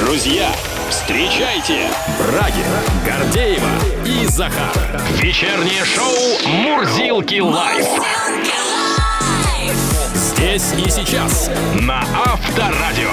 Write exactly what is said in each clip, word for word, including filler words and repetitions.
Друзья, встречайте Брагина, Гордеева и Захар. Вечернее шоу «Мурзилки лайф». Здесь и сейчас на Авторадио.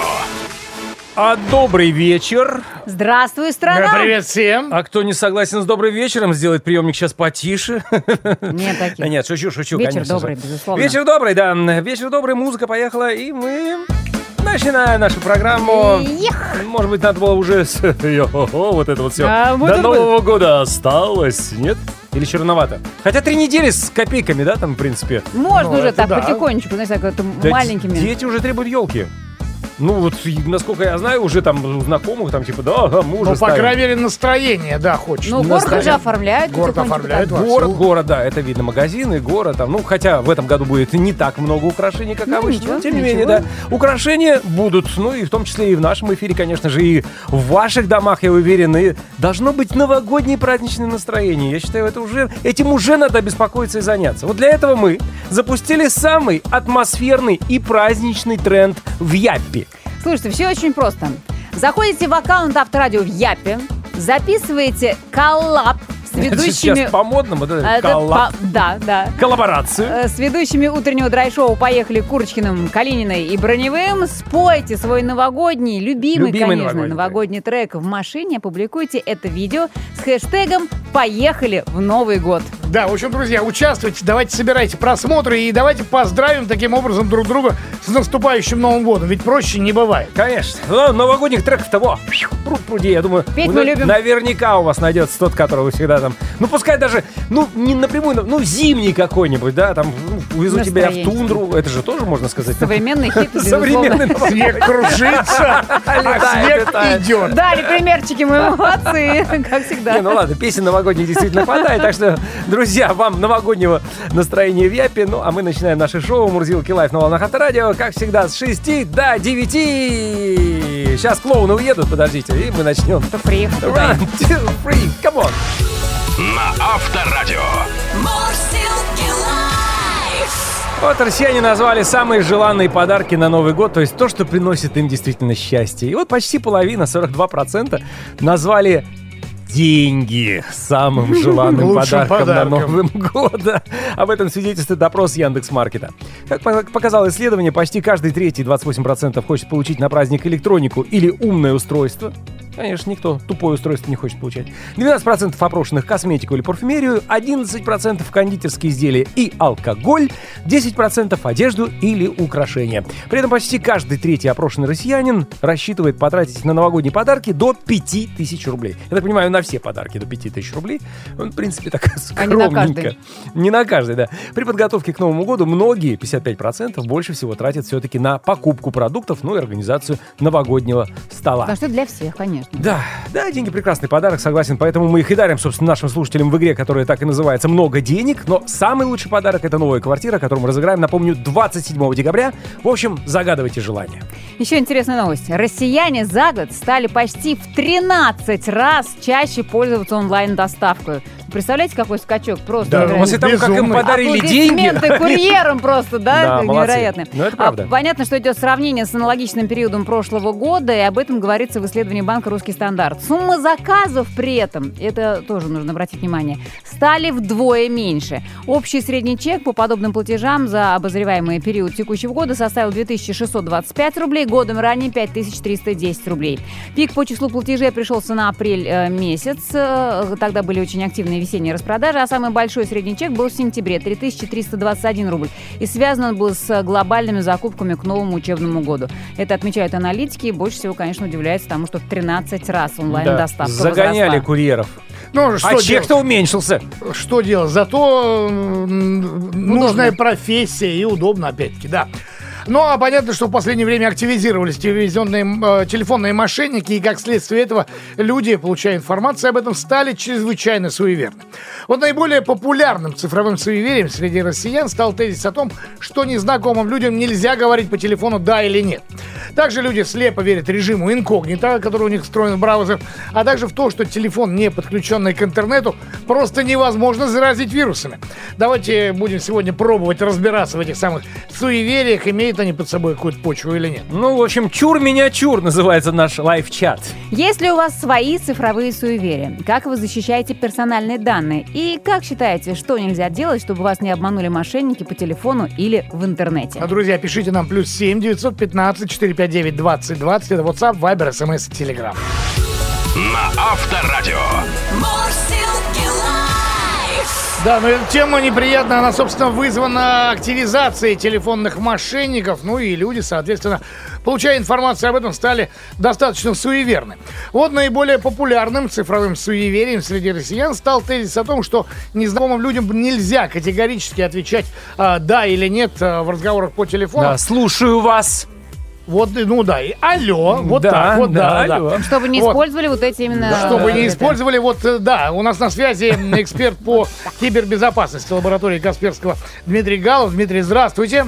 А добрый вечер. Здравствуй, страна. Да, привет всем. А кто не согласен с добрым вечером, сделает приемник сейчас потише. Нет таких. Да нет, шучу, шучу, Вечер конечно добрый, же. безусловно. Вечер добрый, да. Вечер добрый, музыка поехала, и мы начинаем нашу программу. Ех. Может быть, надо было уже с... Йо-хо-хо, вот это вот все. А, До может Нового года осталось, нет? Или черновато? Хотя три недели с копейками, да, там, в принципе. Можно Ну, уже это так, да. потихонечку, знаешь, так вот Да маленькими. Дети уже требуют елки. Ну, вот, насколько я знаю, уже там у знакомых, там, типа, да, ага, мы уже Ну, по ставим. крайней мере, настроение, да, хочешь. Ну, город уже оформляют. Город потихонечку оформляют так. вовсю. Город, город, да, это видно, магазины, город, там, ну, хотя в этом году будет не так много украшений, как Ну, обычно, ничего, но, тем не ничего. менее, да, украшения будут, ну, и в том числе и в нашем эфире, конечно же, и в ваших домах, я уверен, и должно быть новогоднее праздничное настроение. Я считаю, это уже, этим уже надо беспокоиться и заняться. Вот для этого мы запустили самый атмосферный и праздничный тренд в Яппе. Слушайте, все очень просто. Заходите в аккаунт Авторадио в Япе, записываете коллаб с Это же ведущими... сейчас по-модному, вот это, А, это коллаб- по- Да, да. коллаборацию. Э, С ведущими утреннего драйв-шоу «Поехали» Курочкиным, Калининой и Броневым. Спойте свой новогодний, любимый, Любимый конечно, новогодний новогодний трек в машине. Опубликуйте это видео с хэштегом «Поехали в Новый год». Да, в общем, друзья, участвуйте, давайте собирайте просмотры и давайте поздравим таким образом друг друга с наступающим Новым годом, ведь проще не бывает. Конечно. Ну, новогодних треков-то, во, пруд пруди, я думаю. Петь ну, мы любим. Наверняка у вас найдется тот, которого вы всегда там... Ну, пускай даже, ну, не напрямую, ну, зимний какой-нибудь, да, там, ну, увезу тебя в Настроение. тундру, это же тоже можно сказать. Современный хит, Современный безусловно. Снег кружится, а Летает, снег летает. идет. Дали примерчики, мы молодцы, как всегда. Не, ну ладно, песен новогодних действительно хватает, так что, друзья, вам новогоднего настроения в Япе, ну, а мы начинаем наше шоу «Мурзилки лайф» на волнах Авторадио, как всегда, с шести до девяти. Сейчас клоуны уедут, подождите, и мы начнем. Кто приехал туда? One, two, three, come on. На Авторадио. Вот россияне назвали самые желанные подарки на Новый год, то есть то, что приносит им действительно счастье. И вот почти половина, сорок два процента, назвали деньги самым желанным Лучшим подарком на подарком. Новый год. Да. Об этом свидетельствует опрос Яндекс.Маркета. Как по- показало исследование, почти каждый третий, двадцать восемь процентов, хочет получить на праздник электронику или умное устройство. Конечно, никто тупое устройство не хочет получать. двенадцать процентов опрошенных косметику или парфюмерию, одиннадцать процентов кондитерские изделия и алкоголь, десять процентов одежду или украшения. При этом почти каждый третий опрошенный россиянин рассчитывает потратить на новогодние подарки до пяти тысяч рублей. Я так понимаю, на все подарки до пяти тысяч рублей. Он, в принципе, так А не на скромненько. каждый. Не на каждый, да. При подготовке к Новому году многие, пятьдесят пять процентов, больше всего тратят все-таки на покупку продуктов, ну и организацию новогоднего стола. Потому что для всех, конечно. Да, да, деньги прекрасный подарок, согласен, поэтому мы их и дарим, собственно, нашим слушателям в игре, которая так и называется «Много денег», но самый лучший подарок — это новая квартира, которую мы разыграем, напомню, двадцать седьмого декабря. В общем, загадывайте желание. Еще интересная новость. Россияне за год стали почти в тринадцать раз чаще пользоваться онлайн-доставкой. Представляете, какой скачок? Просто Да, невероятно. После того, как им безумный. подарили деньги... Аплодисменты курьерам просто, да? Да, молодцы. Невероятно. Ну, это правда. А, понятно, что идет сравнение с аналогичным периодом прошлого года, и об этом говорится в исследовании банка «Русский стандарт». Сумма заказов при этом, это тоже нужно обратить внимание, стали вдвое меньше. Общий средний чек по подобным платежам за обозреваемый период текущего года составил две тысячи шестьсот двадцать пять рублей, годом ранее пять тысяч триста десять рублей. Пик по числу платежей пришелся на апрель э, месяц, э, тогда были очень активные весенние распродажи, а самый большой средний чек был в сентябре, три тысячи триста двадцать один рубль. И связан он был с глобальными закупками к новому учебному году. Это отмечают аналитики, и больше всего, конечно, удивляется тому, что в тринадцать раз онлайн-доставка загоняли возросла. курьеров. Ну, что А делать? чек-то уменьшился. Что делать? Зато м, нужная профессия и удобно, опять-таки, да. Ну, а понятно, что в последнее время активизировались телевизионные, э, телефонные мошенники, и как следствие этого люди, получая информацию об этом, стали чрезвычайно суеверны. Вот наиболее популярным цифровым суеверием среди россиян стал тезис о том, что незнакомым людям нельзя говорить по телефону «да» или «нет». Также люди слепо верят режиму инкогнито, который у них встроен в браузер, а также в то, что телефон, не подключенный к интернету, просто невозможно заразить вирусами. Давайте будем сегодня пробовать разбираться в этих самых суевериях, имеет имеют они под собой какую-то почву или нет? Ну, в общем, чур-меня-чур называется наш лайв-чат. Есть ли у вас свои цифровые суеверия? Как вы защищаете персональные данные? И как считаете, что нельзя делать, чтобы вас не обманули мошенники по телефону или в интернете? А, друзья, пишите нам плюс семь девятьсот пятнадцать четыреста пятьдесят девять двадцать двадцать. Это WhatsApp, Viber, эс эм эс и Telegram. На Авторадио. Да, но эта тема неприятная, она, собственно, вызвана активизацией телефонных мошенников, ну и люди, соответственно, получая информацию об этом, стали достаточно суеверны. Вот наиболее популярным цифровым суеверием среди россиян стал тезис о том, что незнакомым людям нельзя категорически отвечать а, «да» или «нет» в разговорах по телефону. Да, слушаю вас. Вот, ну да, и алло, вот да, так вот, да, да, да. Чтобы не Вот. использовали вот эти именно... Да. Чтобы не это. использовали, вот, да, у нас на связи эксперт по кибербезопасности лаборатории Касперского Дмитрий Галов. Дмитрий, здравствуйте.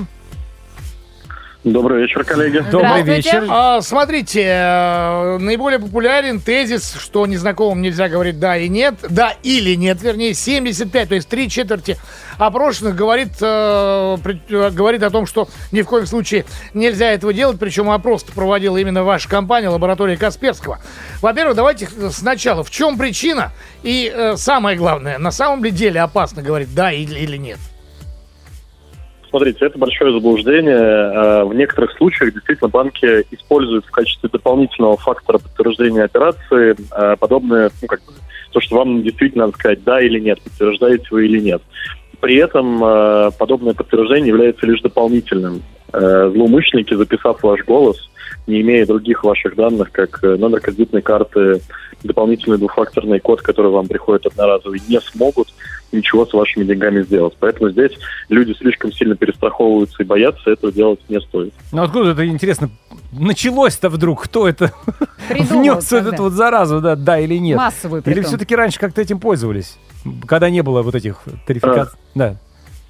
Добрый вечер, коллеги. Добрый Здравствуйте. вечер. А, смотрите, э, наиболее популярен тезис, что незнакомым нельзя говорить «да» и «нет», «да» или «нет», вернее, семьдесят пять, то есть три четверти опрошенных говорит, э, при, э, говорит о том, что ни в коем случае нельзя этого делать, причем опрос проводила именно ваша компания, лаборатория Касперского. Во-первых, давайте сначала, в чем причина и э, самое главное, на самом ли деле опасно говорить «да» или, или «нет»? Смотрите, это большое заблуждение. В некоторых случаях действительно банки используют в качестве дополнительного фактора подтверждения операции подобное, ну, как бы, то, что вам действительно надо сказать «да» или «нет», подтверждаете вы или нет. При этом подобное подтверждение является лишь дополнительным. Злоумышленники, записав ваш голос, не имея других ваших данных, как номер кредитной карты, дополнительный двухфакторный код, который вам приходит одноразовый, не смогут ничего с вашими деньгами сделать. Поэтому здесь люди слишком сильно перестраховываются и боятся, этого делать не стоит. Ну откуда это, интересно, началось-то вдруг? Кто это Придумал внес тогда. эту вот заразу, да, да или нет? Массовую Или притом. все-таки раньше как-то этим пользовались? Когда не было вот этих тарификаций? Да.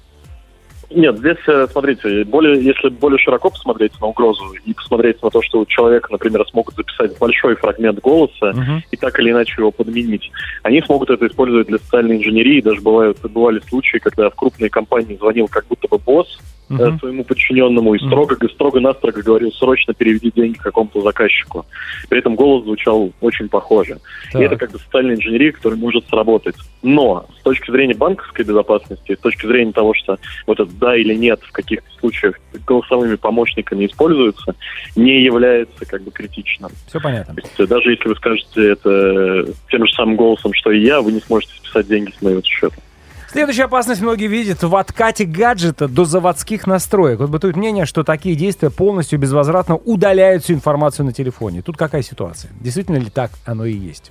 Нет, здесь, э, смотрите, более, если более широко посмотреть на угрозу и посмотреть на то, что у человека, например, смогут записать большой фрагмент голоса Мгм. и так или иначе его подменить, они смогут это использовать для социальной инженерии. Даже бывают, бывали случаи, когда в крупные компании звонил как будто бы босс э, Мгм. своему подчиненному и строго, строго-настрого говорил: срочно переведи деньги какому-то заказчику. При этом голос звучал очень похоже. Так. И это как бы социальная инженерия, которая может сработать. Но с точки зрения банковской безопасности, с точки зрения того, что вот это «да» или «нет» в каких-то случаях голосовыми помощниками используется, не является как бы критичным. Все понятно. То есть даже если вы скажете это тем же самым голосом, что и я, вы не сможете списать деньги с моего счета. Следующая опасность многие видят в откате гаджета до заводских настроек. Вот бытует мнение, что такие действия полностью безвозвратно удаляют всю информацию на телефоне. Тут какая ситуация? Действительно ли так оно и есть?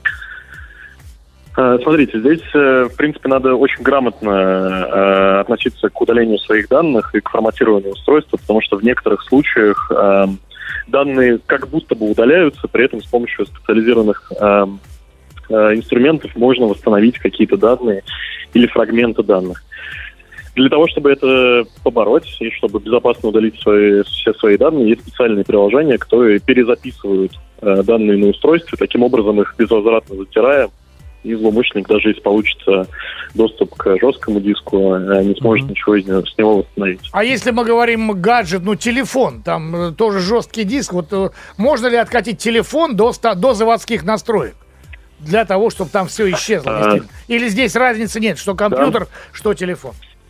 Э, Смотрите, здесь, э, в принципе, надо очень грамотно э, относиться к удалению своих данных и к форматированию устройства, потому что в некоторых случаях э, данные как будто бы удаляются, при этом с помощью специализированных э, э, инструментов можно восстановить какие-то данные или фрагменты данных. Для того, чтобы это побороть и чтобы безопасно удалить свои, все свои данные, есть специальные приложения, которые перезаписывают э, данные на устройстве, таким образом их безвозвратно затирая, и злоумышленник, даже если получится доступ к жесткому диску, э, не сможет Мгм. ничего из него, с него восстановить. А если мы говорим гаджет, ну, телефон, там э, тоже жесткий диск, вот э, можно ли откатить телефон до, ста- до заводских настроек? Для того, чтобы там все исчезло. А. действительно? Или здесь разницы нет, что компьютер, что телефон?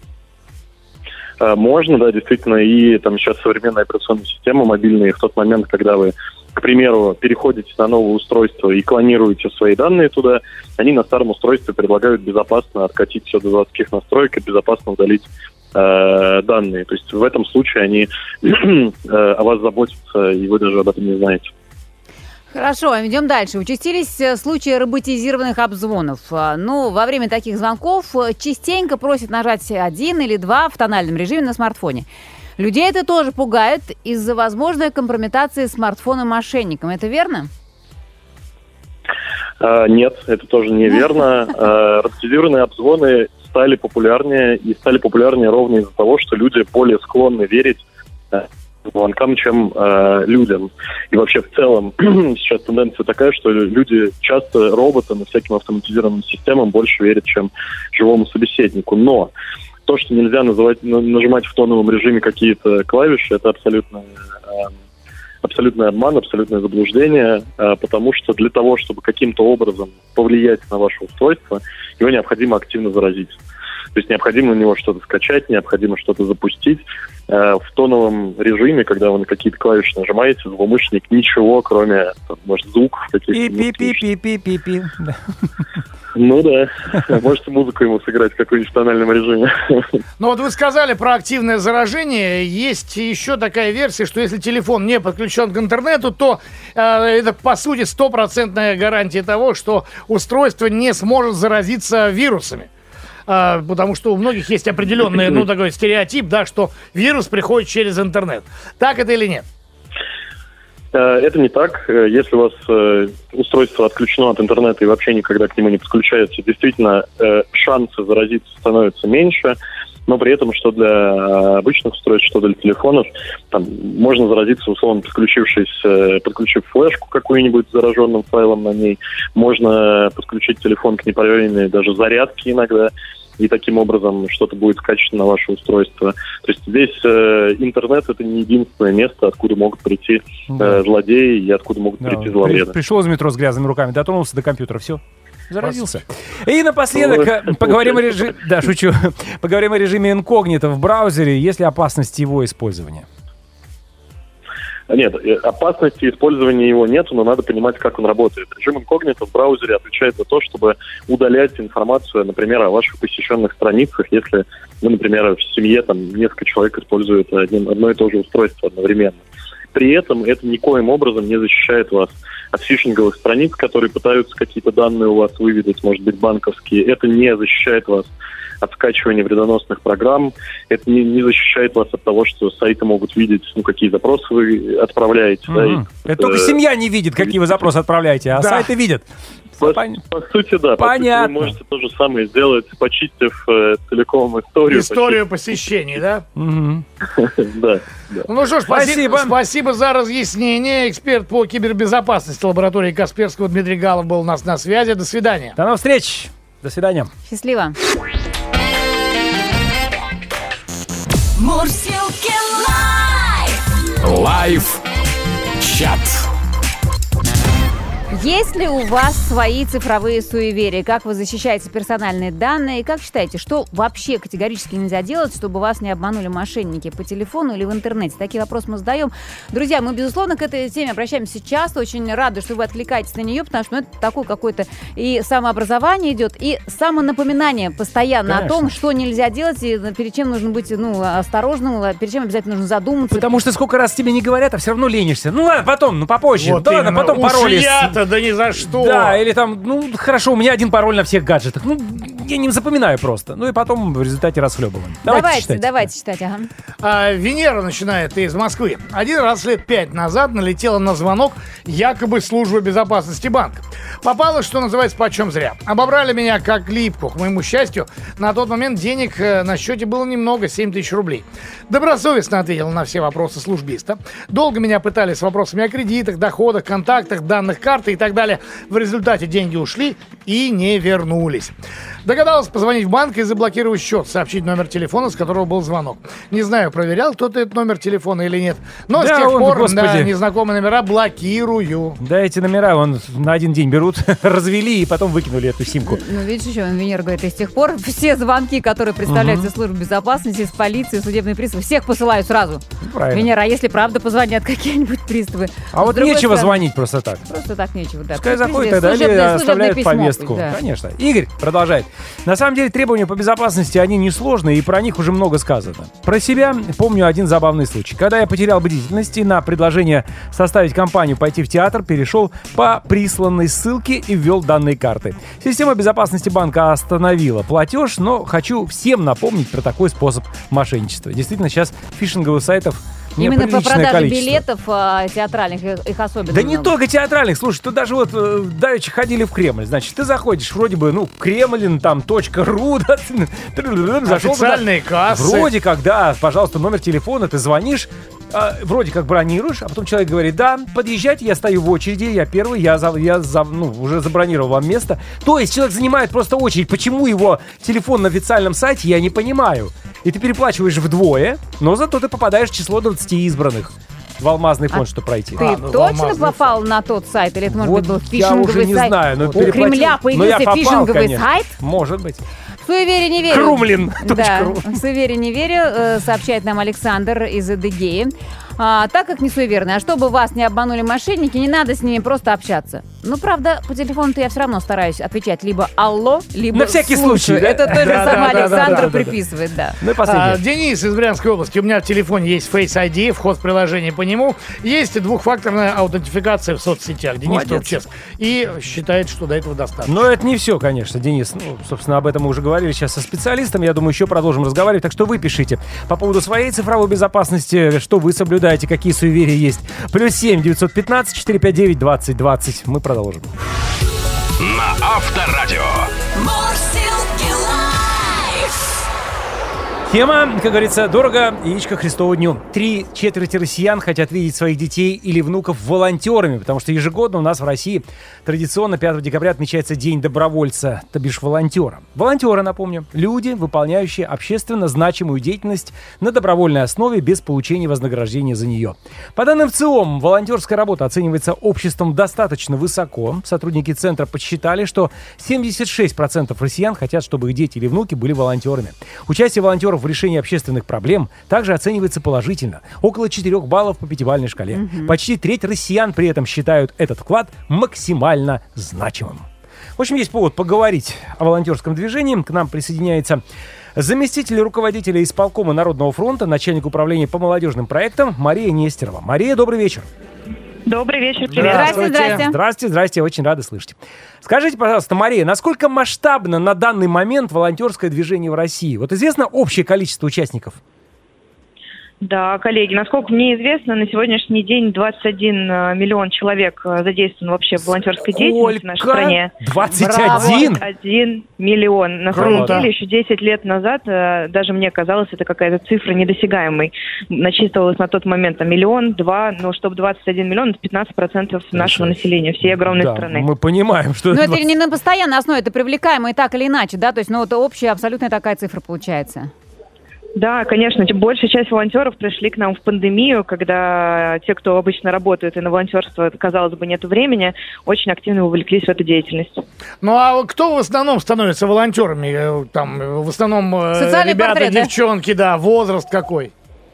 Э, Можно, да, действительно, и там сейчас современные операционные системы мобильные, в тот момент, когда вы, к примеру, переходите на новое устройство и клонируете свои данные туда, они на старом устройстве предлагают безопасно откатить все до заводских настроек и безопасно удалить э, данные. То есть в этом случае они э, о вас заботятся, и вы даже об этом не знаете. Хорошо, идем дальше. Участились э, случаи роботизированных обзвонов. А, Ну, во время таких звонков э, частенько просят нажать один или два в тональном режиме на смартфоне. Людей это тоже пугает из-за возможной компрометации смартфона мошенникам. Это верно? Э, Нет, это тоже неверно. Э, Роботизированные обзвоны стали популярнее, и стали популярнее ровно из-за того, что люди более склонны верить э, звонкам, чем э, людям. И вообще в целом сейчас тенденция такая, что люди часто роботам и всяким автоматизированным системам больше верят, чем живому собеседнику. Но то, что нельзя называть, нажимать в тоновом режиме какие-то клавиши, это абсолютно... абсолютный обман, абсолютное заблуждение, потому что для того, чтобы каким-то образом повлиять на ваше устройство, его необходимо активно заразить. То есть необходимо на него что-то скачать, необходимо что-то запустить. В тоновом режиме, когда вы на какие-то клавиши нажимаете, злоумышленник ничего, кроме, там, может, звуков каких-то... Пи-пи-пи-пи-пи-пи. Ну да, можете музыку ему сыграть в каком-нибудь тональном режиме. Ну вот вы сказали про активное заражение. Есть еще такая версия, что если телефон не подключен к интернету, то э, это по сути стопроцентная гарантия того, что устройство не сможет заразиться вирусами. Э, потому что у многих есть определенный, ну, такой стереотип, да, что вирус приходит через интернет. Так это или нет? Это не так. Если у вас э, устройство отключено от интернета и вообще никогда к нему не подключается, действительно э, шансы заразиться становятся меньше, но при этом, что для обычных устройств, что для телефонов, там, можно заразиться, условно, подключившись, э, подключив флешку какую-нибудь с зараженным файлом на ней, можно подключить телефон к непроверенной даже зарядке иногда, и таким образом что-то будет скачано на ваше устройство. То есть здесь э, интернет — это не единственное место, откуда могут прийти э, злодеи и откуда могут да, прийти зловреды. При, пришел из метро с грязными руками, дотронулся до компьютера, все, заразился. И напоследок ну, поговорим о режиме... Да, шучу. Поговорим о режиме инкогнито в браузере. Есть ли опасность его использования? Нет, опасности использования его нету, но надо понимать, как он работает. Режим инкогнито в браузере отвечает за то, чтобы удалять информацию, например, о ваших посещенных страницах, если, ну, например, в семье там несколько человек используют один, одно и то же устройство одновременно. При этом это никоим образом не защищает вас от фишинговых страниц, которые пытаются какие-то данные у вас выведать, может быть, банковские. Это не защищает вас от скачивания вредоносных программ. Это не, не защищает вас от того, что сайты могут видеть, ну, какие запросы вы отправляете. Mm-hmm. Да, и, это, это только семья не видит, какие вы запросы отправляете, а да. сайты видят. По, Пон... по сути, да. Понятно. По сути, вы можете то же самое сделать, почистив э, целиком историю. Историю посещений, да? Да. Ну что ж, спасибо. Спасибо за разъяснение. Эксперт по кибербезопасности лаборатории Касперского Дмитрий Галов был у нас на связи. До свидания. До новых встреч. До свидания. Счастливо. Мурзилки лайф. Лайф чат. Есть ли у вас свои цифровые суеверия? Как вы защищаете персональные данные? И как считаете, что вообще категорически нельзя делать, чтобы вас не обманули мошенники по телефону или в интернете? Такие вопросы мы задаем. Друзья, мы, безусловно, к этой теме обращаемся часто. Очень рады, что вы откликаетесь на нее, потому что ну, это такое какое-то и самообразование идет, и самонапоминание постоянно Конечно. О том, что нельзя делать, и перед чем нужно быть ну, осторожным, перед чем обязательно нужно задуматься. Потому что сколько раз тебе не говорят, а все равно ленишься. Ну ладно, потом, ну попозже. Вот да ладно, потом пароли. Да ни за что. Да, или там, ну, хорошо, у меня один пароль на всех гаджетах. Ну, я не запоминаю просто. Ну, и потом в результате расхлебываем. Давайте, давайте читать. Давайте читать, ага. А, Венера начинает из Москвы. Один раз лет пять назад налетела на звонок якобы службы безопасности банка. Попало, что называется, почем зря. Обобрали меня как липку. К моему счастью, на тот момент денег на счете было немного, семь тысяч рублей. Добросовестно ответил на все вопросы службиста. Долго меня пытали с вопросами о кредитах, доходах, контактах, данных карты и так далее. В результате деньги ушли и не вернулись. Догадался позвонить в банк и заблокировать счет, сообщить номер телефона, с которого был звонок. Не знаю, проверял кто-то этот номер телефона или нет, но да, с тех он, пор да, незнакомые номера блокирую. Да, эти номера вон на один день берут, развели и потом выкинули эту симку. Ну, видишь, еще Венера говорит, и с тех пор все звонки, которые представляются uh-huh. службе безопасности, из полиции, судебные приставы, всех посылают сразу. Правильно. Венера, а если правда позвонят какие-нибудь приставы? А вот нечего стороны, звонить просто так. Просто так нечего, да. Пускай заходит тогда или оставляют повестку. Да. Конечно. Игорь продолжает. На самом деле требования по безопасности, они несложные, и про них уже много сказано. Про себя помню один забавный случай. Когда я потерял бдительность и на предложение составить компанию пойти в театр, перешел по присланной ссылке и ввел данные карты. Система безопасности банка остановила платеж, но хочу всем напомнить про такой способ мошенничества. Действительно, сейчас фишинговых сайтов именно по продаже количество. билетов а, театральных, их особенно Да много. не только театральных, слушай, тут даже вот э, давеча ходили в Кремль, значит, ты заходишь вроде бы, ну, Кремлин, там, .ру, да, официальные кассы. Вроде как, да, пожалуйста, номер телефона, ты звонишь, э, вроде как бронируешь, а потом человек говорит, да, подъезжайте, я стою в очереди, я первый, я, за, я за, ну, уже забронировал вам место. То есть человек занимает просто очередь. Почему его телефон на официальном сайте, я не понимаю. И ты переплачиваешь вдвое, но зато ты попадаешь в число двадцати избранных. В алмазный фонд, а чтобы пройти. Ты а, ну, точно попал фонд. на тот сайт? Или это, может вот быть, был я фишинговый уже не сайт? знаю, но У Кремля появился попал, фишинговый конечно. сайт? Может быть. В суеверие не верю. Крумлин. Да, в суеверие не верю, э, сообщает нам Александр из Адыгеи. А, так как не суеверный, а чтобы вас не обманули мошенники, не надо с ними просто общаться. Ну, правда, по телефону-то я все равно стараюсь отвечать либо алло, либо на всякий слушаю. случай, да? Это тоже Да, сама да, да, Александр да, да, да, приписывает, да. Ну и последнее. А, Денис из Брянской области. У меня в телефоне есть Face ай ди, вход в приложение по нему. Есть двухфакторная аутентификация в соцсетях. Денис Молодец. Турческ. И считает, что до этого достаточно. Но это не все, конечно, Денис. Ну, собственно, об этом мы уже говорили сейчас со специалистом. Я думаю, еще продолжим разговаривать. Так что вы пишите по поводу своей цифровой безопасности, что вы соблюдаете, какие суеверия есть. Плюс семь девятьсот пятнадцать четыреста пятьдесят девять двадцать двадцать. Мы продолжим. На Авторадио. Тема, как говорится, дорого яичко Христово дню. Три четверти россиян хотят видеть своих детей или внуков волонтерами, потому что ежегодно у нас в России традиционно пятого декабря отмечается День добровольца, то бишь волонтера. Волонтеры, напомню, люди, выполняющие общественно значимую деятельность на добровольной основе без получения вознаграждения за нее. По данным ВЦИОМ, волонтерская работа оценивается обществом достаточно высоко. Сотрудники центра подсчитали, что семьдесят шесть процентов россиян хотят, чтобы их дети или внуки были волонтерами. Участие волонтеров в решении общественных проблем также оценивается положительно. Около четырех баллов по пятибалльной шкале. Mm-hmm. Почти треть россиян при этом считают этот вклад максимально значимым. В общем, есть повод поговорить о волонтерском движении. К нам присоединяется заместитель руководителя исполкома Народного фронта, начальник управления по молодежным проектам Мария Нестерова. Мария, добрый вечер. Добрый вечер, привет. Здравствуйте, здрасте. Здравствуйте, здрасте, очень рады слышать. Скажите, пожалуйста, Мария, насколько масштабно на данный момент волонтерское движение в России? Вот известно общее количество участников? Да, коллеги, насколько мне известно, на сегодняшний день двадцать один миллион человек задействован вообще в волонтерской деятельности в нашей стране. двадцать один? двадцать один миллион. На самом Круто. деле, еще десять лет назад, даже мне казалось, это какая-то цифра недосягаемой. Насчитывалось на тот момент там, миллион, два, но чтобы двадцать один миллион, это пятнадцать процентов нашего населения, всей огромной Да, страны. мы понимаем, что... Но это это не на постоянной основе, это привлекаемо и так или иначе, да? То есть, ну, это общая абсолютно такая цифра получается. Да, конечно. Большая часть волонтеров пришли к нам в пандемию, когда те, кто обычно работают и на волонтерство, казалось бы, нет времени, очень активно увлеклись в эту деятельность. Ну а кто в основном становится волонтерами? Там в основном э, Социальный ребята, портрет, да? девчонки, да, возраст какой?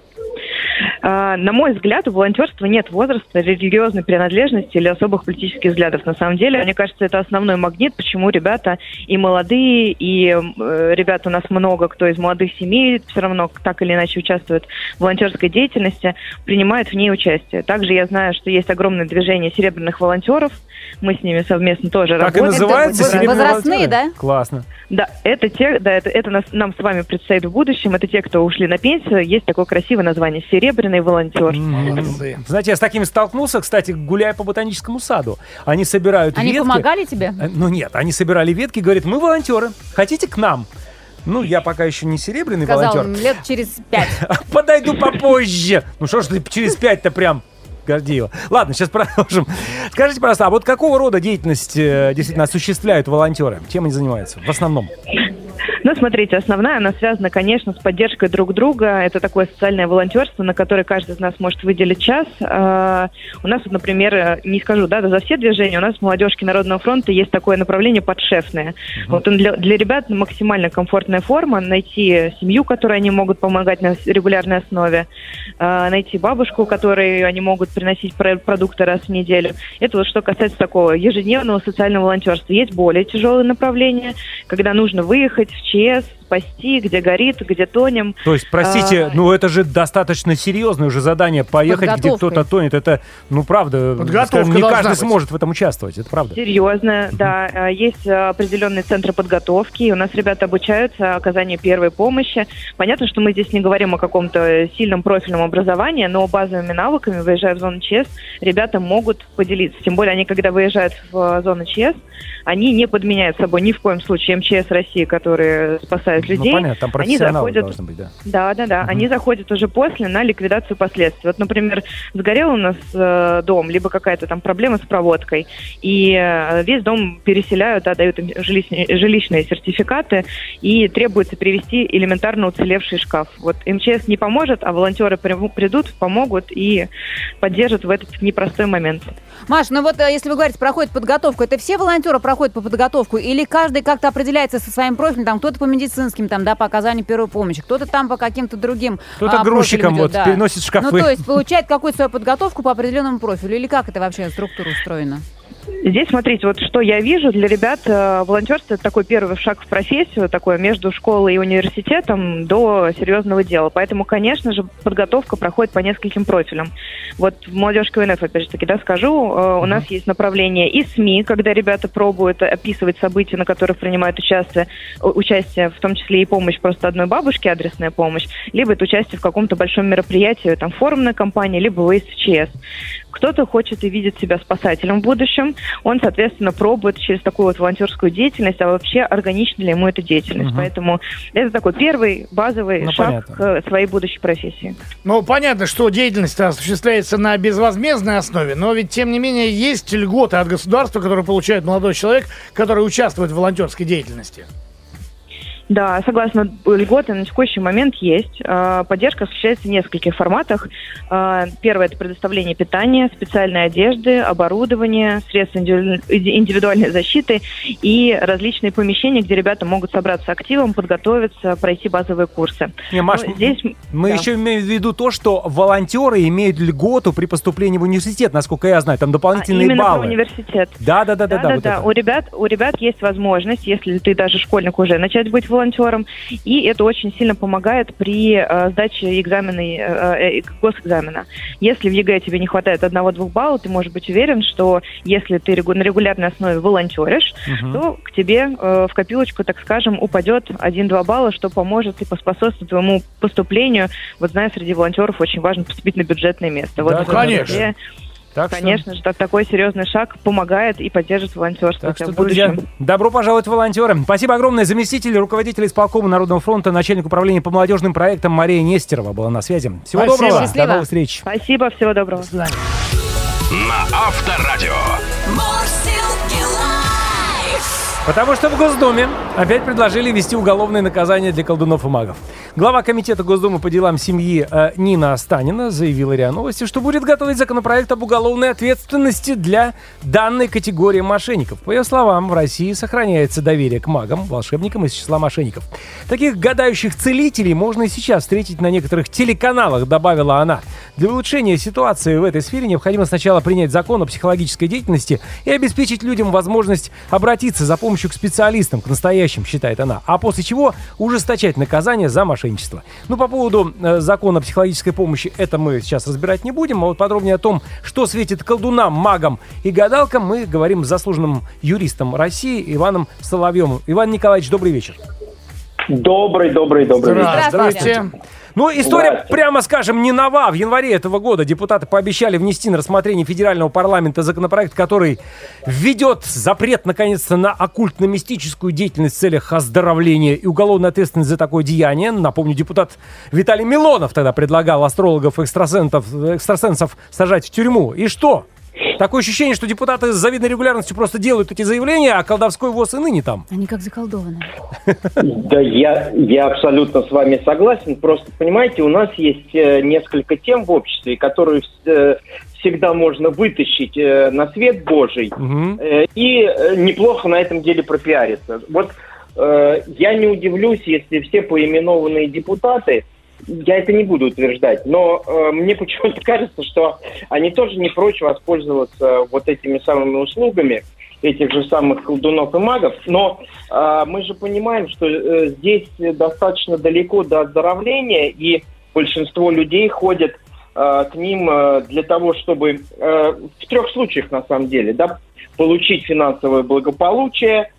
А, на мой взгляд, у волонтерства нет возраста, религиозной принадлежности или особых политических взглядов. На самом деле, мне кажется, это основной магнит, почему ребята и молодые, и э, ребят у нас много, кто из молодых семей все равно так или иначе участвует в волонтерской деятельности, принимают в ней участие. Также я знаю, что есть огромное движение серебряных волонтеров. Мы с ними совместно тоже Так работаем. и называется? Это серебряные возрастные, волонтеры? да? Классно. Да, это те, да, это, это нас, нам с вами предстоит в будущем. Это те, кто ушли на пенсию. Есть такое красивое название — серебряный волонтер. Молодцы. Знаете, я с такими столкнулся, кстати, гуляя по ботаническому саду. Они собирают Они ветки. помогали тебе? Э, Ну нет, они собирали ветки, говорят, мы волонтеры, хотите к нам? Ну, я пока еще не серебряный Сказал, волонтер. лет через пять. Подойду попозже. Ну что ж ты через пять-то прям... Гордеева. Ладно, сейчас продолжим. Скажите, пожалуйста, а вот какого рода деятельность э, действительно осуществляют волонтеры? Чем они занимаются в основном? Ну, смотрите, основная, она связана, конечно, с поддержкой друг друга. Это такое социальное волонтерство, на которое каждый из нас может выделить час. А, у нас, вот, например, не скажу, да, за все движения, у нас в молодежке Народного фронта есть такое направление подшефное. Uh-huh. Вот он для, для ребят максимально комфортная форма, найти семью, которой они могут помогать на регулярной основе, а, найти бабушку, которой они могут приносить продукты раз в неделю. Это вот что касается такого ежедневного социального волонтерства. Есть более тяжелые направления, когда нужно выехать в ЧС, спасти, где горит, где тонем. То есть, простите, а, ну это же достаточно серьезное уже задание, поехать, где кто-то тонет. Это, ну правда, скажем, не каждый быть. сможет в этом участвовать, это правда. Серьезно, uh-huh. да. Есть определенные центры подготовки, у нас ребята обучаются оказанию первой помощи. Понятно, что мы здесь не говорим о каком-то сильном профильном образовании, но базовыми навыками, выезжая в зону ЧС, ребята могут поделиться. Тем более, они, когда выезжают в зону ЧС, они не подменяют собой ни в коем случае МЧС России, которые спасают часть людей, ну, понятно, там они заходят... должны быть, да. Да, да, да. Угу. Они заходят уже после на ликвидацию последствий. Вот, например, сгорел у нас э, дом, либо какая-то там проблема с проводкой, и э, весь дом переселяют, да, дают им жилищные, жилищные сертификаты, и требуется привезти элементарно уцелевший шкаф. Вот эм че эс не поможет, а волонтеры придут, помогут и поддержат в этот непростой момент. Маш, ну вот если вы говорите, проходит подготовку, это все волонтеры проходят по подготовку, или каждый как-то определяется со своим профилем, там кто-то по медицинским, там, да, по оказанию первой помощи, кто-то там по каким-то другим кто-то а, грузчиком идет, вот да. переносит шкафы. Ну, то есть получает какую-то свою подготовку по определенному профилю, или как это вообще структура устроена? Здесь, смотрите, вот что я вижу для ребят, э, волонтерство – это такой первый шаг в профессию, такое между школой и университетом до серьезного дела. Поэтому, конечно же, подготовка проходит по нескольким профилям. Вот в молодежке УНФ, опять же таки, да, скажу, э, у нас есть направление и СМИ, когда ребята пробуют описывать события, на которых принимают участие, участие, в том числе и помощь просто одной бабушке, адресная помощь, либо это участие в каком-то большом мероприятии, там, форумной кампании, либо выезд в ЧС. Кто-то хочет и видит себя спасателем в будущем, он, соответственно, пробует через такую вот волонтерскую деятельность, а вообще органична ли ему эта деятельность. Угу. Поэтому это такой первый базовый ну, шаг понятно. К своей будущей профессии. Ну, понятно, что деятельность осуществляется на безвозмездной основе, но ведь, тем не менее, есть льготы от государства, которые получает молодой человек, который участвует в волонтерской деятельности. Да, согласна, льготы на текущий момент есть. Поддержка осуществляется в нескольких форматах. Первое – это предоставление питания, специальной одежды, оборудования, средств индивидуальной защиты и различные помещения, где ребята могут собраться активом, подготовиться, пройти базовые курсы. Не, Маш, здесь, мы да. еще имеем в виду то, что волонтеры имеют льготу при поступлении в университет, насколько я знаю, там дополнительные а, именно баллы. Именно университет. Да, да, да, да, да. да, вот да. У ребят, у ребят есть возможность, если ты даже школьник уже, начать быть волонтером, и это очень сильно помогает при э, сдаче экзамена, э, э, госэкзамена. Если в ЕГЭ тебе не хватает одного-двух баллов, ты можешь быть уверен, что если ты регу- на регулярной основе волонтеришь, угу. то к тебе э, в копилочку, так скажем, упадет один-два балла, что поможет и поспособствует твоему поступлению. Вот знаю, среди волонтеров очень важно поступить на бюджетное место. Да, вот, конечно. Где, Так Конечно что... же, так, такой серьезный шаг помогает и поддержит волонтерство. Так что, друзья, добро пожаловать в волонтеры. Спасибо огромное. Заместитель руководителя исполкома Народного фронта, начальник управления по молодежным проектам Мария Нестерова была на связи. Всего Спасибо. доброго. Счастливо. До новых встреч. Спасибо, всего доброго. До свидания. На Авторадио. Потому что в Госдуме опять предложили ввести уголовное наказание для колдунов и магов. Глава комитета Госдумы по делам семьи э, Нина Останина заявила РИА Новости, что будет готовить законопроект об уголовной ответственности для данной категории мошенников. По ее словам, в России сохраняется доверие к магам, волшебникам из числа мошенников. Таких гадающих целителей можно и сейчас встретить на некоторых телеканалах, добавила она. Для улучшения ситуации в этой сфере необходимо сначала принять закон о психологической деятельности и обеспечить людям возможность обратиться за помощью к специалистам, к настоящим, считает она, а после чего ужесточать наказание за мошенничество. Ну, по поводу э, закона о психологической помощи, это мы сейчас разбирать не будем, а вот подробнее о том, что светит колдунам, магам и гадалкам, мы говорим с заслуженным юристом России Иваном Соловьевым. Иван Николаевич, добрый вечер. Добрый, добрый, добрый вечер. Здравствуйте. Ну, история, прямо скажем, не нова. В январе этого года депутаты пообещали внести на рассмотрение федерального парламента законопроект, который введет запрет, наконец-то, на оккультно-мистическую деятельность в целях оздоровления и уголовной ответственности за такое деяние. Напомню, депутат Виталий Милонов тогда предлагал астрологов-экстрасенсов экстрасенсов сажать в тюрьму. И что? Такое ощущение, что депутаты с завидной регулярностью просто делают эти заявления, а колдовской ВОЗ и ныне там. Они как заколдованы. Да, я, я абсолютно с вами согласен. Просто, понимаете, у нас есть э, несколько тем в обществе, которые э, всегда можно вытащить э, на свет Божий угу. э, и э, неплохо на этом деле пропиариться. Вот э, я не удивлюсь, если все поименованные депутаты, я это не буду утверждать, но э, мне почему-то кажется, что они тоже не прочь воспользоваться вот этими самыми услугами этих же самых колдунов и магов. Но э, мы же понимаем, что э, здесь достаточно далеко до оздоровления, и большинство людей ходят э, к ним э, для того, чтобы э, в трех случаях, на самом деле, да, получить финансовое благополучие,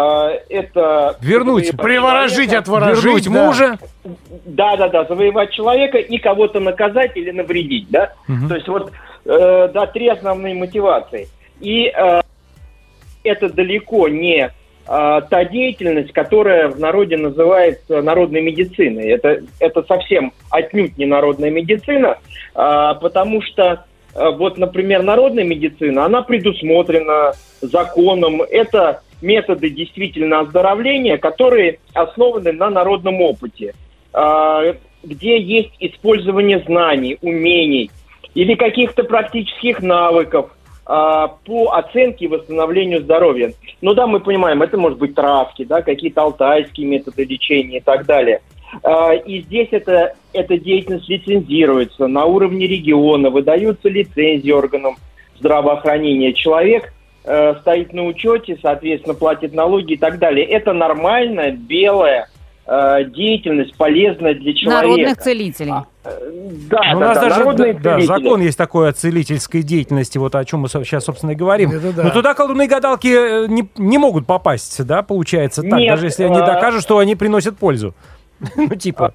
это... Вернуть, приворожить, отворожить. Вернуть да. мужа. Да-да-да, завоевать человека и кого-то наказать или навредить, да? Угу. То есть вот, э, да, три основные мотивации. И э, это далеко не а, та деятельность, которая в народе называется народной медициной. Это, это совсем отнюдь не народная медицина, а, потому что а, вот, например, народная медицина, она предусмотрена законом. Это методы действительно оздоровления, которые основаны на народном опыте, а, где есть использование знаний, умений или каких-то практических навыков а, по оценке и восстановлению здоровья. Ну да, мы понимаем, это может быть травки, да, какие-то алтайские методы лечения и так далее. А, и здесь это, эта деятельность лицензируется на уровне региона, выдаются лицензии органам здравоохранения. Человек э, стоит на учете, соответственно, платит налоги и так далее. Это нормальная, белая э, деятельность, полезная для человека. Народных целителей. Да, у да, нас да, даже народные да, целители. закон есть такой о целительской деятельности, вот о чем мы сейчас, собственно, и говорим. Это да. Но туда колдуны и гадалки не, не могут попасть, да, получается так, Нет, даже если они а... докажут, что они приносят пользу. Ну, типа.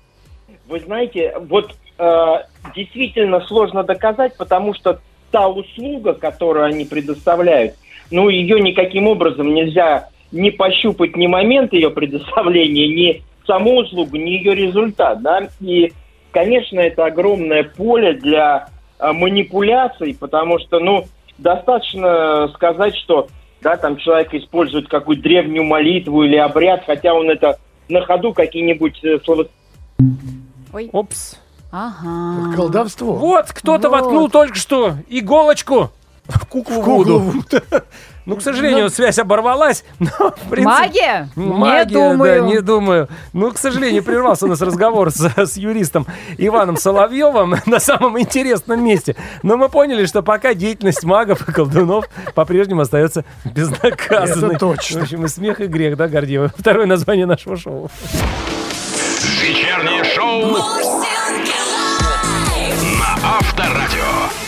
Вы знаете, вот э, действительно сложно доказать, потому что та услуга, которую они предоставляют, ну, ее никаким образом нельзя ни пощупать, ни момент ее предоставления, ни саму услугу, ни ее результат, да, и конечно, это огромное поле для а, манипуляций, потому что, ну, достаточно сказать, что, да, там человек использует какую-то древнюю молитву или обряд, хотя он это на ходу какие-нибудь э, слова... Ой. Опс. Ага. Колдовство. Вот, кто-то Вот. воткнул только что иголочку в куклу Вуду. Ну, к сожалению, связь оборвалась. Но, в принципе, Магия? Магия, Не думаю. да, не думаю. Ну, к сожалению, прервался у нас разговор с, с юристом Иваном Соловьевым на самом интересном месте. Но мы поняли, что пока деятельность магов и колдунов по-прежнему остается безнаказанной. Это точно. В общем, и смех, и грех, да, Гордеева? Второе название нашего шоу. Вечернее шоу на Авторадио.